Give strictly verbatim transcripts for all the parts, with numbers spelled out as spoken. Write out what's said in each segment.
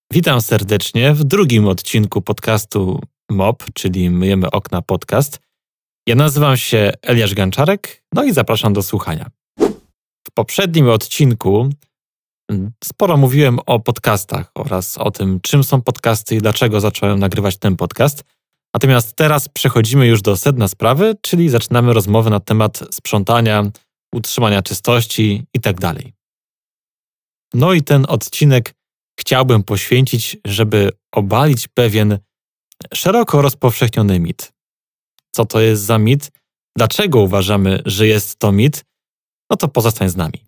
Witam serdecznie w drugim odcinku podcastu M O P, czyli Myjemy Okna Podcast. Ja nazywam się Eliasz Ganczarek, no i zapraszam do słuchania. W poprzednim odcinku sporo mówiłem o podcastach oraz o tym, czym są podcasty i dlaczego zacząłem nagrywać ten podcast. Natomiast teraz przechodzimy już do sedna sprawy, czyli zaczynamy rozmowę na temat sprzątania, utrzymania czystości itd. No i ten odcinek chciałbym poświęcić, żeby obalić pewien szeroko rozpowszechniony mit. Co to jest za mit? Dlaczego uważamy, że jest to mit? No to pozostań z nami.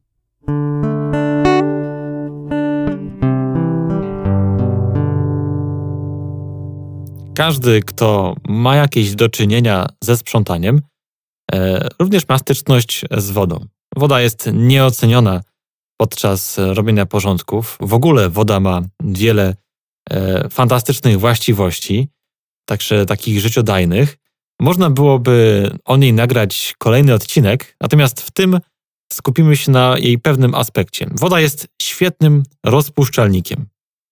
Każdy, kto ma jakieś do czynienia ze sprzątaniem, e, również ma styczność z wodą. Woda jest nieoceniona podczas robienia porządków. W ogóle woda ma wiele e, fantastycznych właściwości, także takich życiodajnych. Można byłoby o niej nagrać kolejny odcinek, natomiast w tym skupimy się na jej pewnym aspekcie. Woda jest świetnym rozpuszczalnikiem.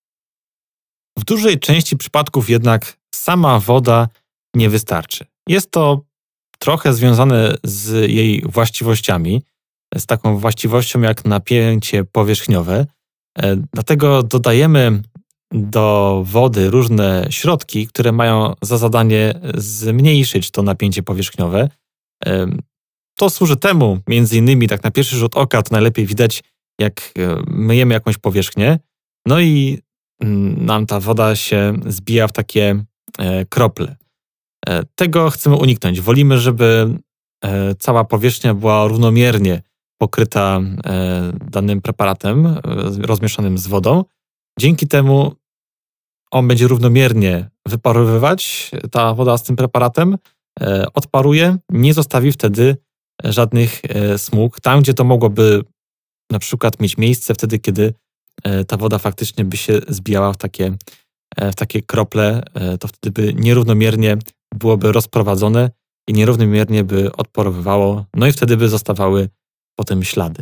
W dużej części przypadków jednak sama woda nie wystarczy. Jest to trochę związane z jej właściwościami, z taką właściwością jak napięcie powierzchniowe. Dlatego dodajemy do wody różne środki, które mają za zadanie zmniejszyć to napięcie powierzchniowe. To służy temu, między innymi tak na pierwszy rzut oka to najlepiej widać, jak myjemy jakąś powierzchnię, no i nam ta woda się zbija w takie krople. Tego chcemy uniknąć. Wolimy, żeby cała powierzchnia była równomiernie pokryta danym preparatem rozmieszanym z wodą. Dzięki temu on będzie równomiernie wyparowywać, ta woda z tym preparatem odparuje, nie zostawi wtedy żadnych smug. Tam, gdzie to mogłoby na przykład mieć miejsce wtedy, kiedy ta woda faktycznie by się zbijała w takie, w takie krople, to wtedy by nierównomiernie byłoby rozprowadzone i nierównomiernie by odparowywało, no i wtedy by zostawały potem ślady.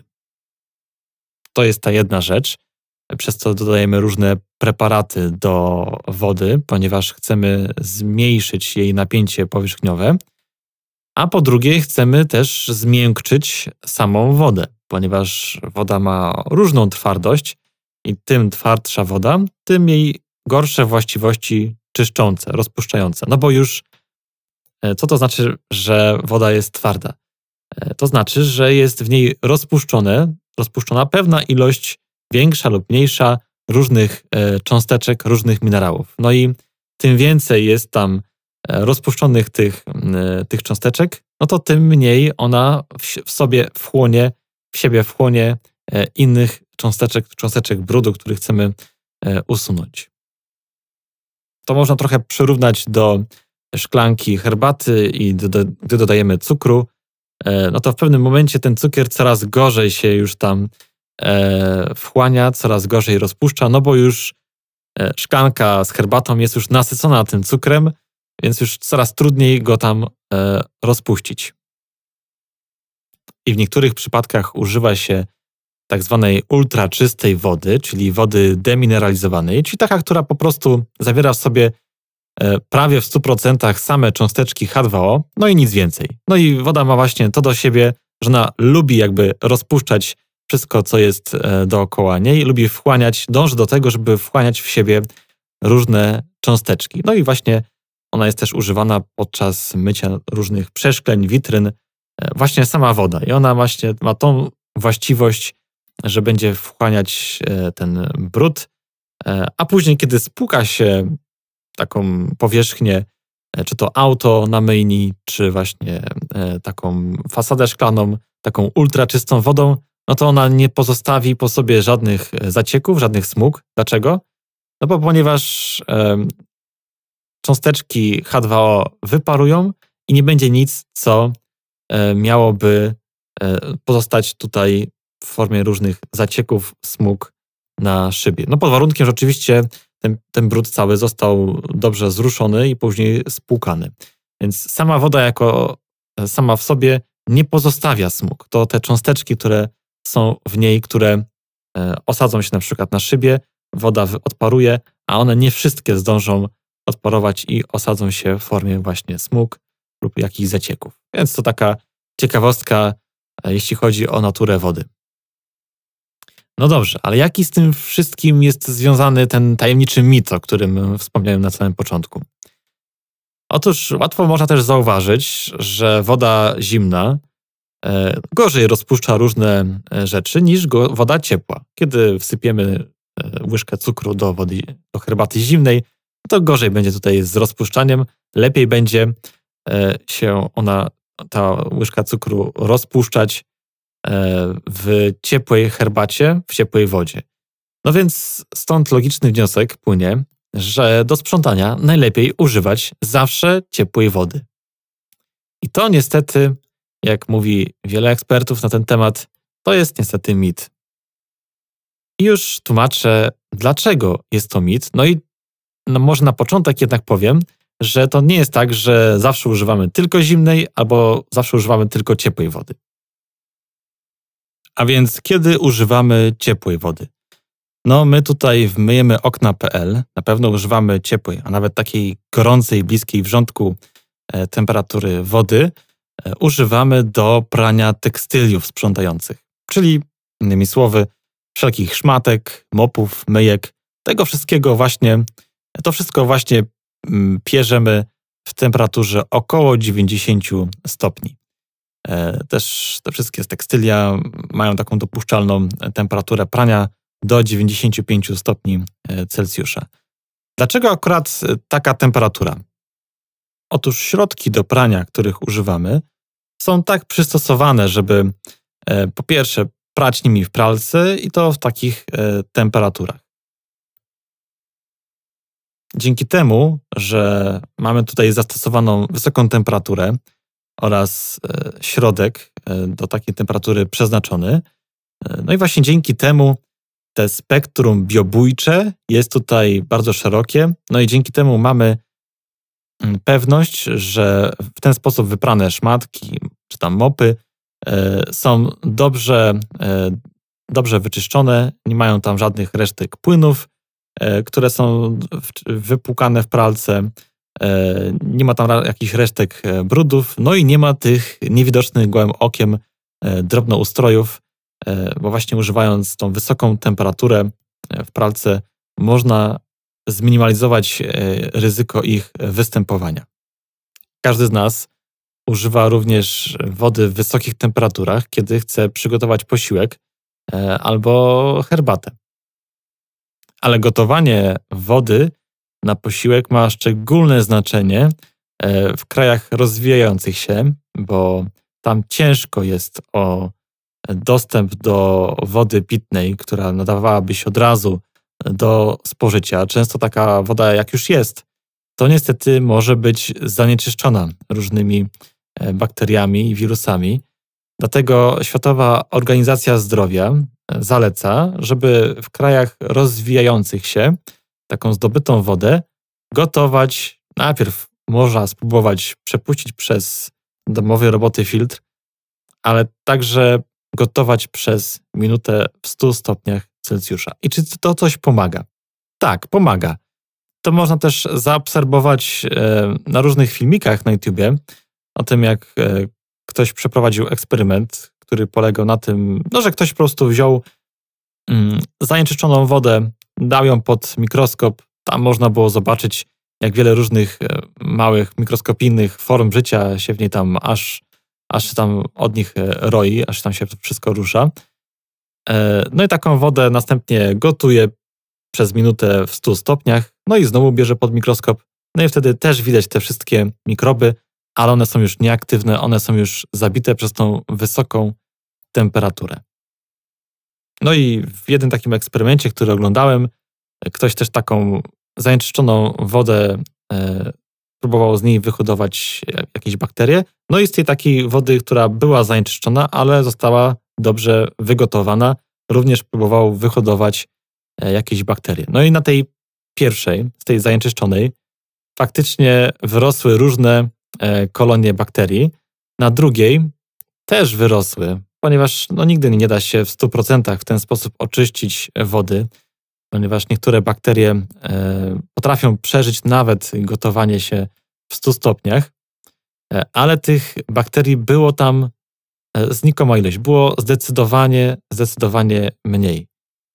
To jest ta jedna rzecz, przez co dodajemy różne preparaty do wody, ponieważ chcemy zmniejszyć jej napięcie powierzchniowe, a po drugie chcemy też zmiękczyć samą wodę, ponieważ woda ma różną twardość i tym twardsza woda, tym jej gorsze właściwości czyszczące, rozpuszczające. No bo już co to znaczy, że woda jest twarda? To znaczy, że jest w niej rozpuszczone, rozpuszczona pewna ilość, większa lub mniejsza, różnych cząsteczek, różnych minerałów. No i tym więcej jest tam rozpuszczonych tych, tych cząsteczek, no to tym mniej ona w sobie wchłonie, w siebie wchłonie innych cząsteczek, cząsteczek brudu, który chcemy usunąć. To można trochę przyrównać do szklanki herbaty i do, gdy dodajemy cukru, no to w pewnym momencie ten cukier coraz gorzej się już tam e, wchłania, coraz gorzej rozpuszcza, no bo już e, szklanka z herbatą jest już nasycona tym cukrem, więc już coraz trudniej go tam e, rozpuścić. I w niektórych przypadkach używa się tak zwanej ultraczystej wody, czyli wody demineralizowanej, czyli taka, która po prostu zawiera w sobie prawie w stu procentach same cząsteczki H dwa O, no i nic więcej. No i woda ma właśnie to do siebie, że ona lubi jakby rozpuszczać wszystko, co jest dookoła niej, lubi wchłaniać, dąży do tego, żeby wchłaniać w siebie różne cząsteczki. No i właśnie ona jest też używana podczas mycia różnych przeszkleń, witryn, właśnie sama woda. I ona właśnie ma tą właściwość, że będzie wchłaniać ten brud, a później, kiedy spłuka się taką powierzchnię, czy to auto na myjni, czy właśnie taką fasadę szklaną, taką ultraczystą wodą, no to ona nie pozostawi po sobie żadnych zacieków, żadnych smug. Dlaczego? No bo ponieważ e, cząsteczki H dwa O wyparują i nie będzie nic, co e, miałoby e, pozostać tutaj w formie różnych zacieków, smug na szybie. No pod warunkiem, że oczywiście ten, ten brud cały został dobrze zruszony i później spłukany. Więc sama woda jako sama w sobie nie pozostawia smug. To te cząsteczki, które są w niej, które osadzą się na przykład na szybie, woda odparuje, a one nie wszystkie zdążą odparować i osadzą się w formie właśnie smug lub jakichś zacieków. Więc to taka ciekawostka, jeśli chodzi o naturę wody. No dobrze, ale jaki z tym wszystkim jest związany ten tajemniczy mit, o którym wspomniałem na samym początku? Otóż łatwo można też zauważyć, że woda zimna e, gorzej rozpuszcza różne rzeczy niż go, woda ciepła. Kiedy wsypiemy e, łyżkę cukru do wody, do herbaty zimnej, to gorzej będzie tutaj z rozpuszczaniem, lepiej będzie e, się ona, ta łyżka cukru rozpuszczać e, w ciepłej herbacie, w ciepłej wodzie. No więc stąd logiczny wniosek płynie, że do sprzątania najlepiej używać zawsze ciepłej wody. I to niestety, jak mówi wiele ekspertów na ten temat, to jest niestety mit. I już tłumaczę, dlaczego jest to mit. No i no może na początek jednak powiem, że to nie jest tak, że zawsze używamy tylko zimnej albo zawsze używamy tylko ciepłej wody. A więc kiedy używamy ciepłej wody? No my tutaj w myjemy okna kropka pe el na pewno używamy ciepłej, a nawet takiej gorącej, bliskiej wrzątku e, temperatury wody e, używamy do prania tekstyliów sprzątających. Czyli innymi słowy wszelkich szmatek, mopów, myjek, tego wszystkiego właśnie, to wszystko właśnie mm, pierzemy w temperaturze około dziewięćdziesiąt stopni. E, też te wszystkie tekstylia mają taką dopuszczalną temperaturę prania do dziewięćdziesiąt pięć stopni Celsjusza. Dlaczego akurat taka temperatura? Otóż środki do prania, których używamy, są tak przystosowane, żeby e, po pierwsze prać nimi w pralce i to w takich e, temperaturach. Dzięki temu, że mamy tutaj zastosowaną wysoką temperaturę oraz e, środek e, do takiej temperatury przeznaczony, e, no i właśnie dzięki temu te spektrum biobójcze jest tutaj bardzo szerokie, no i dzięki temu mamy pewność, że w ten sposób wyprane szmatki czy tam mopy e, są dobrze, e, dobrze wyczyszczone, nie mają tam żadnych resztek płynów, e, które są w, wypłukane w pralce, e, nie ma tam jakichś resztek brudów, no i nie ma tych niewidocznych gołym okiem e, drobnoustrojów, bo właśnie używając tą wysoką temperaturę w pralce można zminimalizować ryzyko ich występowania. Każdy z nas używa również wody w wysokich temperaturach, kiedy chce przygotować posiłek albo herbatę. Ale gotowanie wody na posiłek ma szczególne znaczenie w krajach rozwijających się, bo tam ciężko jest o dostęp do wody pitnej, która nadawałaby się od razu do spożycia. Często taka woda, jak już jest, to niestety może być zanieczyszczona różnymi bakteriami i wirusami. Dlatego Światowa Organizacja Zdrowia zaleca, żeby w krajach rozwijających się taką zdobytą wodę gotować. Najpierw można spróbować przepuścić przez domowe roboty filtr, ale także gotować przez minutę w stu stopniach Celsjusza. I czy to coś pomaga? Tak, pomaga. To można też zaobserwować na różnych filmikach na YouTubie o tym, jak ktoś przeprowadził eksperyment, który polegał na tym, no, że ktoś po prostu wziął mm, zanieczyszczoną wodę, dał ją pod mikroskop. Tam można było zobaczyć, jak wiele różnych małych, mikroskopijnych form życia się w niej tam aż aż tam od nich roi, aż tam się wszystko rusza. No i taką wodę następnie gotuje przez minutę w stu stopniach, no i znowu bierze pod mikroskop, no i wtedy też widać te wszystkie mikroby, ale one są już nieaktywne, one są już zabite przez tą wysoką temperaturę. No i w jednym takim eksperymencie, który oglądałem, ktoś też taką zanieczyszczoną wodę e, próbował z niej wyhodować jakieś bakterie. No i z tej takiej wody, która była zanieczyszczona, ale została dobrze wygotowana, również próbował wyhodować jakieś bakterie. No i na tej pierwszej, z tej zanieczyszczonej, faktycznie wyrosły różne kolonie bakterii. Na drugiej też wyrosły, ponieważ no, nigdy nie da się w stu procentach w ten sposób oczyścić wody. ponieważ niektóre bakterie e, potrafią przeżyć nawet gotowanie się w stu stopniach, e, ale tych bakterii było tam e, znikoma ilość, było zdecydowanie, zdecydowanie mniej.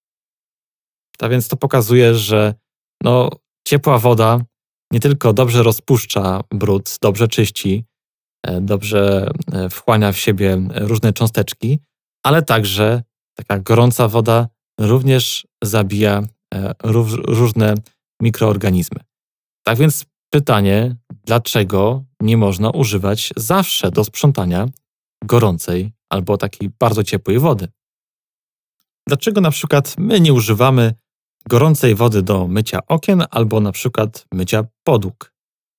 A więc to pokazuje, że no, ciepła woda nie tylko dobrze rozpuszcza brud, dobrze czyści, e, dobrze e, wchłania w siebie różne cząsteczki, ale także taka gorąca woda również zabija e, ró- różne mikroorganizmy. Tak więc pytanie, dlaczego nie można używać zawsze do sprzątania gorącej albo takiej bardzo ciepłej wody? Dlaczego na przykład my nie używamy gorącej wody do mycia okien albo na przykład mycia podłóg?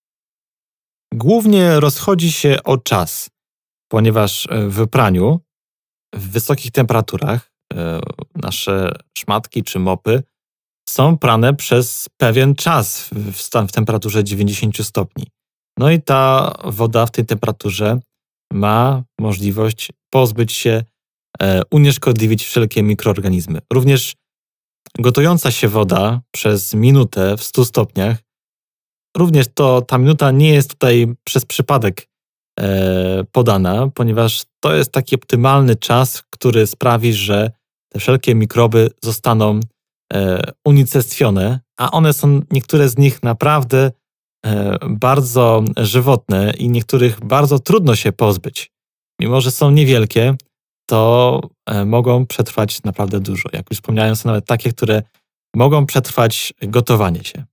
Głównie rozchodzi się o czas, ponieważ w praniu w wysokich temperaturach e, nasze szmatki czy mopy są prane przez pewien czas w, stan, w temperaturze dziewięćdziesiąt stopni. No i ta woda w tej temperaturze ma możliwość pozbyć się, e, unieszkodliwić wszelkie mikroorganizmy. Również gotująca się woda przez minutę w stu stopniach, również to ta minuta nie jest tutaj przez przypadek e, podana, ponieważ to jest taki optymalny czas, który sprawi, że te wszelkie mikroby zostaną e, unicestwione, a one są, niektóre z nich naprawdę e, bardzo żywotne i niektórych bardzo trudno się pozbyć. Mimo że są niewielkie, to e, mogą przetrwać naprawdę dużo. Jak już wspomniałem, są nawet takie, które mogą przetrwać gotowanie się.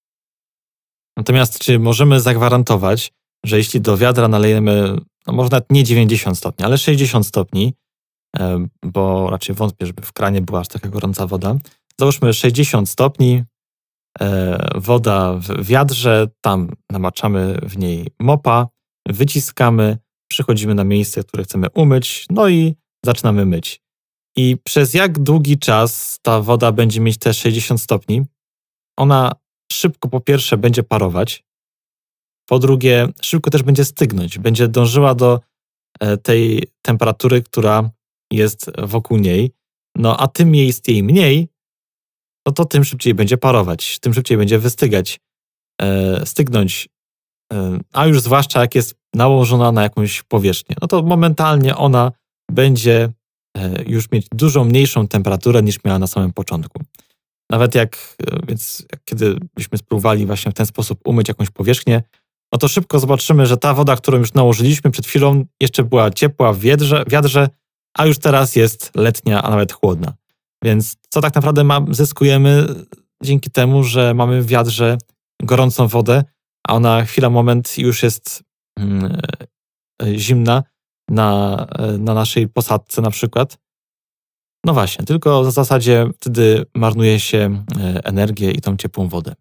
Natomiast czy możemy zagwarantować, że jeśli do wiadra nalejemy, no może nawet nie dziewięćdziesiąt stopni, ale sześćdziesiąt stopni, e, bo raczej wątpię, żeby w kranie była aż taka gorąca woda, załóżmy sześćdziesiąt stopni, e, woda w wiadrze, tam namaczamy w niej mopa, wyciskamy, przychodzimy na miejsce, które chcemy umyć, no i zaczynamy myć. I przez jak długi czas ta woda będzie mieć te sześćdziesiąt stopni? Ona szybko po pierwsze będzie parować, po drugie szybko też będzie stygnąć, będzie dążyła do tej temperatury, która jest wokół niej, no a tym jest jej mniej, no to tym szybciej będzie parować, tym szybciej będzie wystygać, e, stygnąć, e, a już zwłaszcza jak jest nałożona na jakąś powierzchnię, no to momentalnie ona będzie e, już mieć dużo mniejszą temperaturę niż miała na samym początku. Nawet jak, więc jak kiedy byśmy spróbowali właśnie w ten sposób umyć jakąś powierzchnię, no to szybko zobaczymy, że ta woda, którą już nałożyliśmy przed chwilą, jeszcze była ciepła w wiadrze, wiadrze, a już teraz jest letnia, a nawet chłodna. Więc co tak naprawdę ma, zyskujemy dzięki temu, że mamy w wiadrze gorącą wodę, a ona chwila, moment już jest mm, zimna na, na naszej posadce na przykład. No właśnie, tylko w zasadzie wtedy marnuje się energię i tą ciepłą wodę.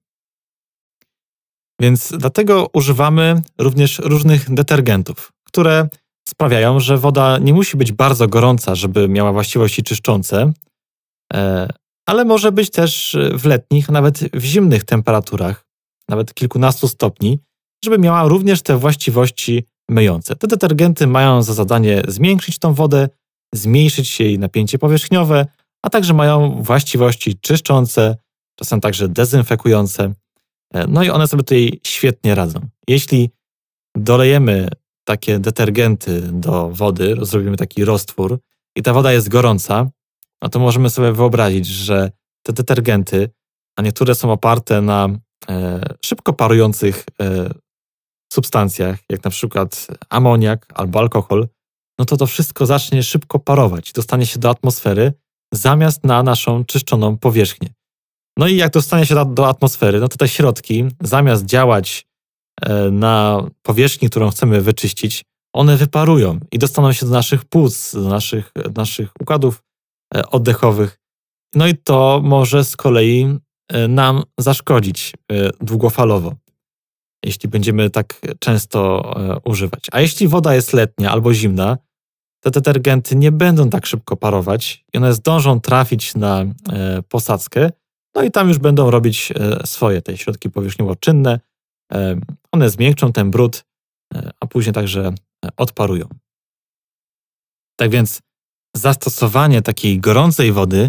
Więc dlatego używamy również różnych detergentów, które sprawiają, że woda nie musi być bardzo gorąca, żeby miała właściwości czyszczące, ale może być też w letnich, a nawet w zimnych temperaturach, nawet kilkunastu stopni, żeby miała również te właściwości myjące. Te detergenty mają za zadanie zwiększyć tą wodę, zmniejszyć jej napięcie powierzchniowe, a także mają właściwości czyszczące, czasem także dezynfekujące. No i one sobie tutaj świetnie radzą. Jeśli dolejemy takie detergenty do wody, zrobimy taki roztwór i ta woda jest gorąca, no to możemy sobie wyobrazić, że te detergenty, a niektóre są oparte na e, szybko parujących e, substancjach, jak na przykład amoniak albo alkohol, no to to wszystko zacznie szybko parować, dostanie się do atmosfery zamiast na naszą czyszczoną powierzchnię. No i jak dostanie się do atmosfery, no to te środki zamiast działać na powierzchni, którą chcemy wyczyścić, one wyparują i dostaną się do naszych płuc, do naszych, naszych układów oddechowych. No i to może z kolei nam zaszkodzić długofalowo, jeśli będziemy tak często używać. A jeśli woda jest letnia albo zimna, te detergenty nie będą tak szybko parować i one zdążą trafić na posadzkę, no i tam już będą robić swoje te środki powierzchniowo-czynne. One zmiękczą ten brud, a później także odparują. Tak więc zastosowanie takiej gorącej wody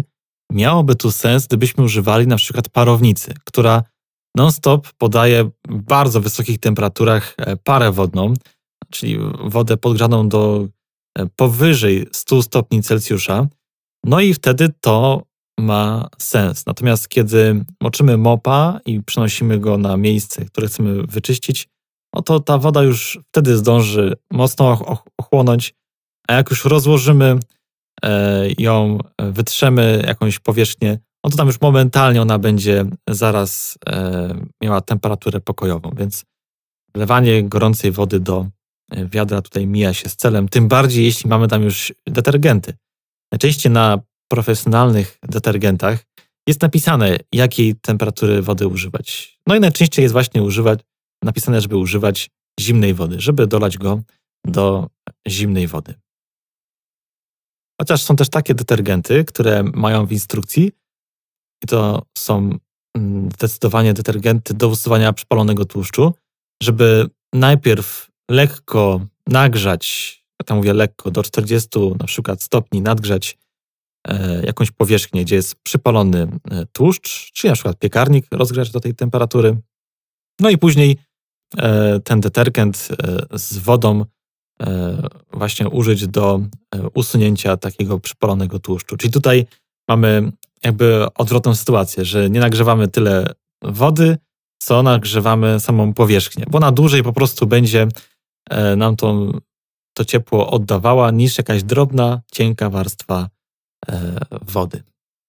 miałoby tu sens, gdybyśmy używali na przykład parownicy, która non-stop podaje w bardzo wysokich temperaturach parę wodną, czyli wodę podgrzaną do powyżej stu stopni Celsjusza, no i wtedy to ma sens. Natomiast kiedy moczymy mopa i przenosimy go na miejsce, które chcemy wyczyścić, no to ta woda już wtedy zdąży mocno ochłonąć, a jak już rozłożymy ją, wytrzemy jakąś powierzchnię, no to tam już momentalnie ona będzie zaraz miała temperaturę pokojową, więc wlewanie gorącej wody do wiadra tutaj mija się z celem, tym bardziej jeśli mamy tam już detergenty. Najczęściej na profesjonalnych detergentach jest napisane, jakiej temperatury wody używać. No i najczęściej jest właśnie używać, napisane, żeby używać zimnej wody, żeby dolać go do zimnej wody. Chociaż są też takie detergenty, które mają w instrukcji, i to są zdecydowanie detergenty do usuwania przypalonego tłuszczu, żeby najpierw lekko nagrzać, ja tam mówię lekko, do czterdziestu na przykład stopni nadgrzać e, jakąś powierzchnię, gdzie jest przypalony e, tłuszcz, czy na przykład piekarnik rozgrzać do tej temperatury. No i później e, ten detergent e, z wodą e, właśnie użyć do e, usunięcia takiego przypalonego tłuszczu. Czyli tutaj mamy jakby odwrotną sytuację, że nie nagrzewamy tyle wody, co nagrzewamy samą powierzchnię, bo na dłużej po prostu będzie e, nam to, to ciepło oddawała niż jakaś drobna, cienka warstwa e, wody.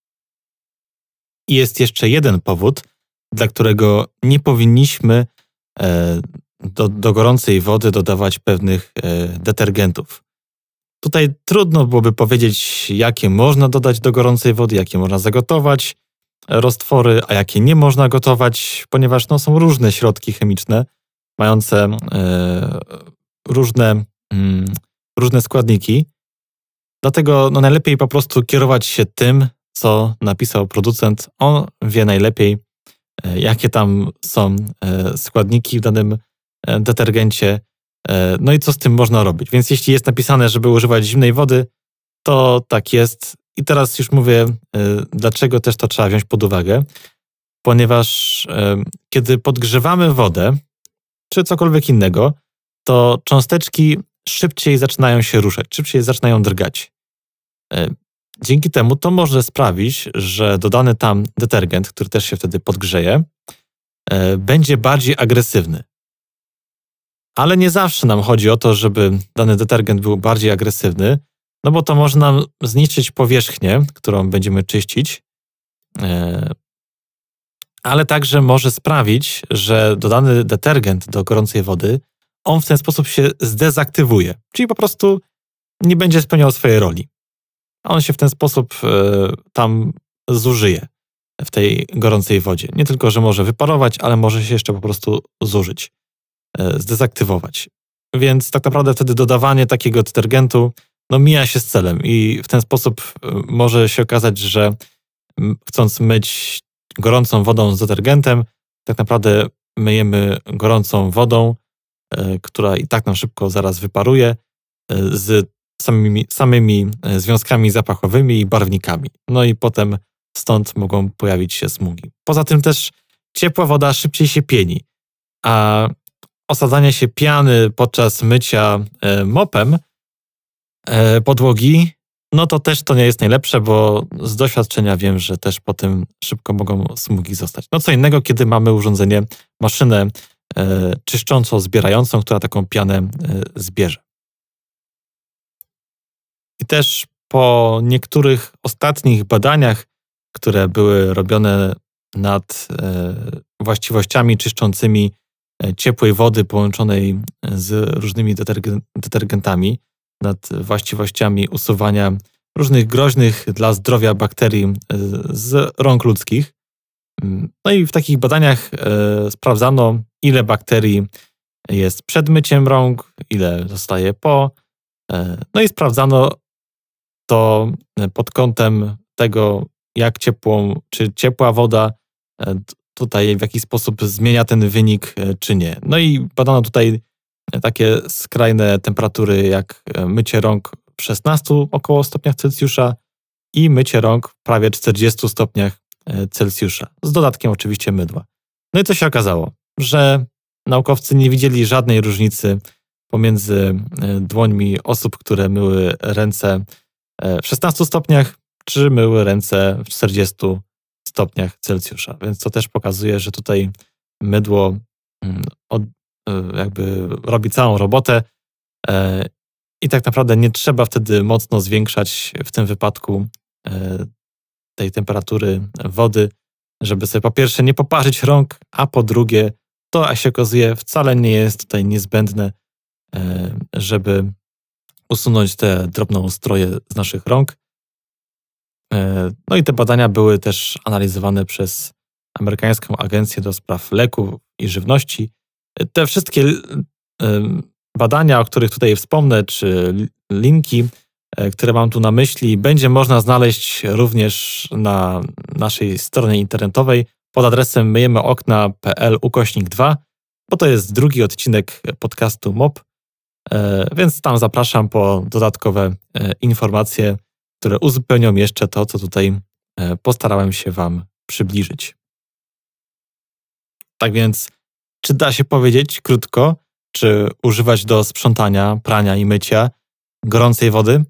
I jest jeszcze jeden powód, dla którego nie powinniśmy e, do, do gorącej wody dodawać pewnych e, detergentów. Tutaj trudno byłoby powiedzieć, jakie można dodać do gorącej wody, jakie można zagotować roztwory, a jakie nie można gotować, ponieważ no, są różne środki chemiczne, mające e, różne, mm, różne składniki. Dlatego no, najlepiej po prostu kierować się tym, co napisał producent. On wie najlepiej, e, jakie tam są e, składniki w danym e, detergencie, e, no i co z tym można robić. Więc jeśli jest napisane, żeby używać zimnej wody, to tak jest. I teraz już mówię, y, dlaczego też to trzeba wziąć pod uwagę. Ponieważ y, kiedy podgrzewamy wodę, czy cokolwiek innego, to cząsteczki szybciej zaczynają się ruszać, szybciej zaczynają drgać. Y, dzięki temu to może sprawić, że dodany tam detergent, który też się wtedy podgrzeje, y, będzie bardziej agresywny. Ale nie zawsze nam chodzi o to, żeby dany detergent był bardziej agresywny, no bo to może nam zniszczyć powierzchnię, którą będziemy czyścić, ale także może sprawić, że dodany detergent do gorącej wody, on w ten sposób się zdezaktywuje, czyli po prostu nie będzie spełniał swojej roli. On się w ten sposób tam zużyje w tej gorącej wodzie. Nie tylko, że może wyparować, ale może się jeszcze po prostu zużyć, zdezaktywować. Więc tak naprawdę wtedy dodawanie takiego detergentu no mija się z celem i w ten sposób może się okazać, że chcąc myć gorącą wodą z detergentem, tak naprawdę myjemy gorącą wodą, która i tak nam szybko zaraz wyparuje, z samymi, samymi związkami zapachowymi i barwnikami. No i potem stąd mogą pojawić się smugi. Poza tym też ciepła woda szybciej się pieni, a osadzanie się piany podczas mycia mopem podłogi, no to też to nie jest najlepsze, bo z doświadczenia wiem, że też po tym szybko mogą smugi zostać. No co innego, kiedy mamy urządzenie, maszynę e, czyszczącą, zbierającą, która taką pianę e, zbierze. I też po niektórych ostatnich badaniach, które były robione nad e, właściwościami czyszczącymi ciepłej wody połączonej z różnymi deterg- detergentami, nad właściwościami usuwania różnych groźnych dla zdrowia bakterii z rąk ludzkich. No i w takich badaniach e, sprawdzano, ile bakterii jest przed myciem rąk, ile zostaje po. E, no i sprawdzano to pod kątem tego, jak ciepłą, czy ciepła woda e, tutaj w jakiś sposób zmienia ten wynik, e, czy nie. No i badano tutaj takie skrajne temperatury jak mycie rąk w szesnastu około stopniach Celsjusza, i mycie rąk w prawie czterdziestu stopniach Celsjusza, z dodatkiem oczywiście mydła. No i co się okazało? Że naukowcy nie widzieli żadnej różnicy pomiędzy dłońmi osób, które myły ręce w szesnastu stopniach, czy myły ręce w czterdziestu stopniach Celsjusza. Więc to też pokazuje, że tutaj mydło od, jakby robi całą robotę i tak naprawdę nie trzeba wtedy mocno zwiększać w tym wypadku tej temperatury wody, żeby sobie po pierwsze nie poparzyć rąk, a po drugie to, jak się okazuje, wcale nie jest tutaj niezbędne, żeby usunąć te drobnoustroje z naszych rąk. No i te badania były też analizowane przez amerykańską agencję do spraw leków i żywności. Te wszystkie badania, o których tutaj wspomnę, czy linki, które mam tu na myśli, będzie można znaleźć również na naszej stronie internetowej pod adresem myjemyokna.pl ukośnik dwa, bo to jest drugi odcinek podcastu M O P, więc tam zapraszam po dodatkowe informacje, które uzupełnią jeszcze to, co tutaj postarałem się Wam przybliżyć. Tak więc, czy da się powiedzieć krótko, czy używać do sprzątania, prania i mycia gorącej wody?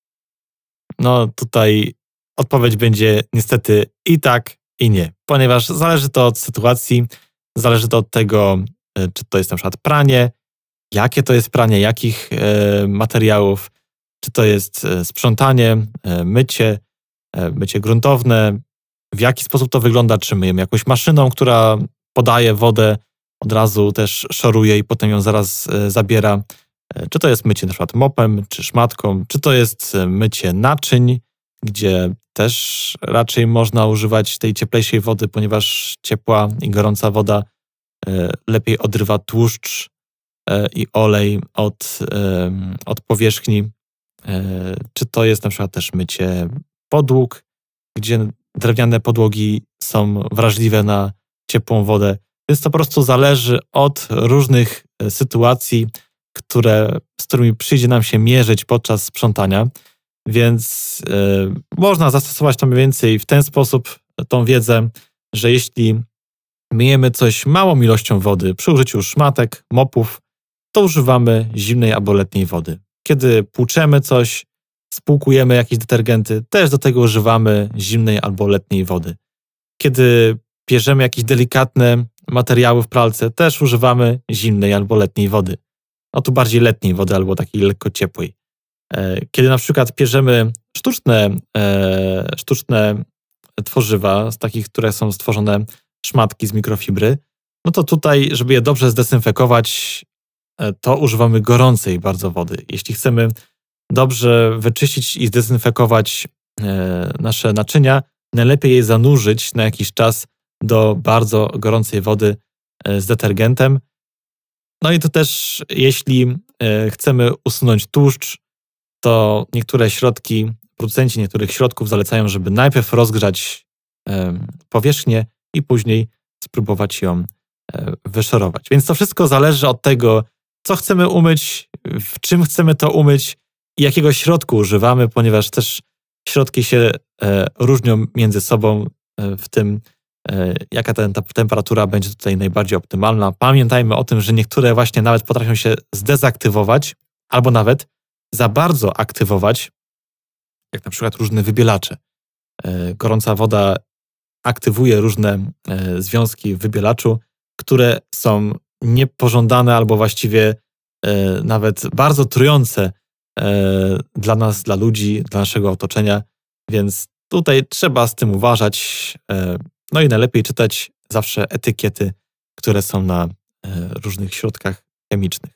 No tutaj odpowiedź będzie niestety i tak, i nie, ponieważ zależy to od sytuacji, zależy to od tego, czy to jest na przykład pranie, jakie to jest pranie, jakich e, materiałów, czy to jest sprzątanie, e, mycie, e, mycie gruntowne, w jaki sposób to wygląda, czy myjemy jakąś maszyną, która podaje wodę, od razu też szoruje i potem ją zaraz e, zabiera, e, czy to jest mycie na przykład mopem, czy szmatką, czy to jest mycie naczyń, gdzie też raczej można używać tej cieplejszej wody, ponieważ ciepła i gorąca woda e, lepiej odrywa tłuszcz i olej od, od powierzchni, czy to jest na przykład też mycie podłóg, gdzie drewniane podłogi są wrażliwe na ciepłą wodę, więc to po prostu zależy od różnych sytuacji, które, z którymi przyjdzie nam się mierzyć podczas sprzątania, więc y, można zastosować to mniej więcej w ten sposób, tą wiedzę, że jeśli myjemy coś małą ilością wody przy użyciu szmatek, mopów, to używamy zimnej albo letniej wody. Kiedy płuczemy coś, spłukujemy jakieś detergenty, też do tego używamy zimnej albo letniej wody. Kiedy pierzemy jakieś delikatne materiały w pralce, też używamy zimnej albo letniej wody. No tu bardziej letniej wody albo takiej lekko ciepłej. Kiedy na przykład pierzemy sztuczne, e, sztuczne tworzywa, z takich, które są stworzone szmatki z mikrofibry, no to tutaj, żeby je dobrze zdezynfekować, to używamy gorącej bardzo wody. Jeśli chcemy dobrze wyczyścić i zdezynfekować nasze naczynia, najlepiej je zanurzyć na jakiś czas do bardzo gorącej wody z detergentem. No i to też, jeśli chcemy usunąć tłuszcz, to niektóre środki, producenci niektórych środków zalecają, żeby najpierw rozgrzać powierzchnię i później spróbować ją wyszorować. Więc to wszystko zależy od tego, co chcemy umyć, w czym chcemy to umyć i jakiego środku używamy, ponieważ też środki się e, różnią między sobą e, w tym, e, jaka ten, ta temperatura będzie tutaj najbardziej optymalna. Pamiętajmy o tym, że niektóre właśnie nawet potrafią się zdezaktywować albo nawet za bardzo aktywować, jak na przykład różne wybielacze. E, gorąca woda aktywuje różne e, związki w wybielaczu, które są niepożądane albo właściwie e, nawet bardzo trujące e, dla nas, dla ludzi, dla naszego otoczenia, więc tutaj trzeba z tym uważać. E, no i najlepiej czytać zawsze etykiety, które są na e, różnych środkach chemicznych.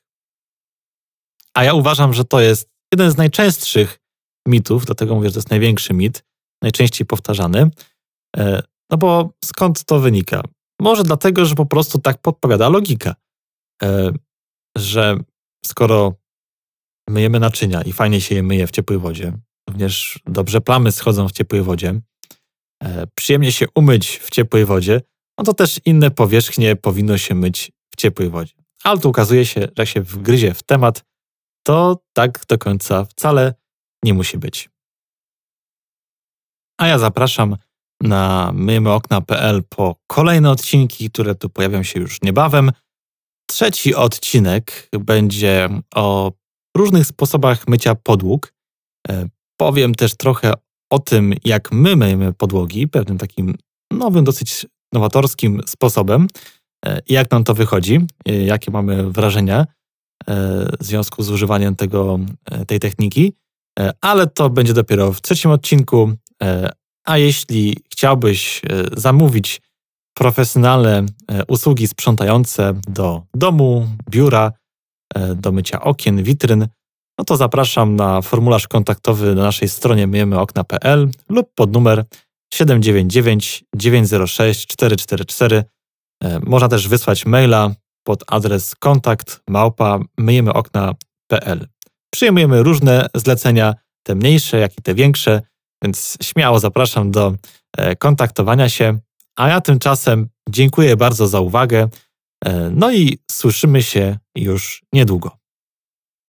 A ja uważam, że to jest jeden z najczęstszych mitów, dlatego mówię, że to jest największy mit, najczęściej powtarzany. E, no bo skąd to wynika? Może dlatego, że po prostu tak podpowiada logika, e, że skoro myjemy naczynia i fajnie się je myje w ciepłej wodzie, również dobrze plamy schodzą w ciepłej wodzie, e, przyjemnie się umyć w ciepłej wodzie, no to też inne powierzchnie powinno się myć w ciepłej wodzie. Ale tu okazuje się, że jak się wgryzie w temat, to tak do końca wcale nie musi być. A ja zapraszam na myjemy okna kropka pe el po kolejne odcinki, które tu pojawią się już niebawem. Trzeci odcinek będzie o różnych sposobach mycia podłóg. Powiem też trochę o tym, jak my myjemy podłogi, pewnym takim nowym, dosyć nowatorskim sposobem. Jak nam to wychodzi, jakie mamy wrażenia w związku z używaniem tego, tej techniki. Ale to będzie dopiero w trzecim odcinku. A jeśli chciałbyś zamówić profesjonalne usługi sprzątające do domu, biura, do mycia okien, witryn, no to zapraszam na formularz kontaktowy na naszej stronie myjemy okna kropka pe el lub pod numer siedem dziewięć dziewięć dziewięć zero sześć cztery cztery cztery. Można też wysłać maila pod adres kontakt małpa myjemy okna kropka pe el. Przyjmujemy różne zlecenia, te mniejsze, jak i te większe, więc śmiało zapraszam do kontaktowania się. A ja tymczasem dziękuję bardzo za uwagę. No i słyszymy się już niedługo.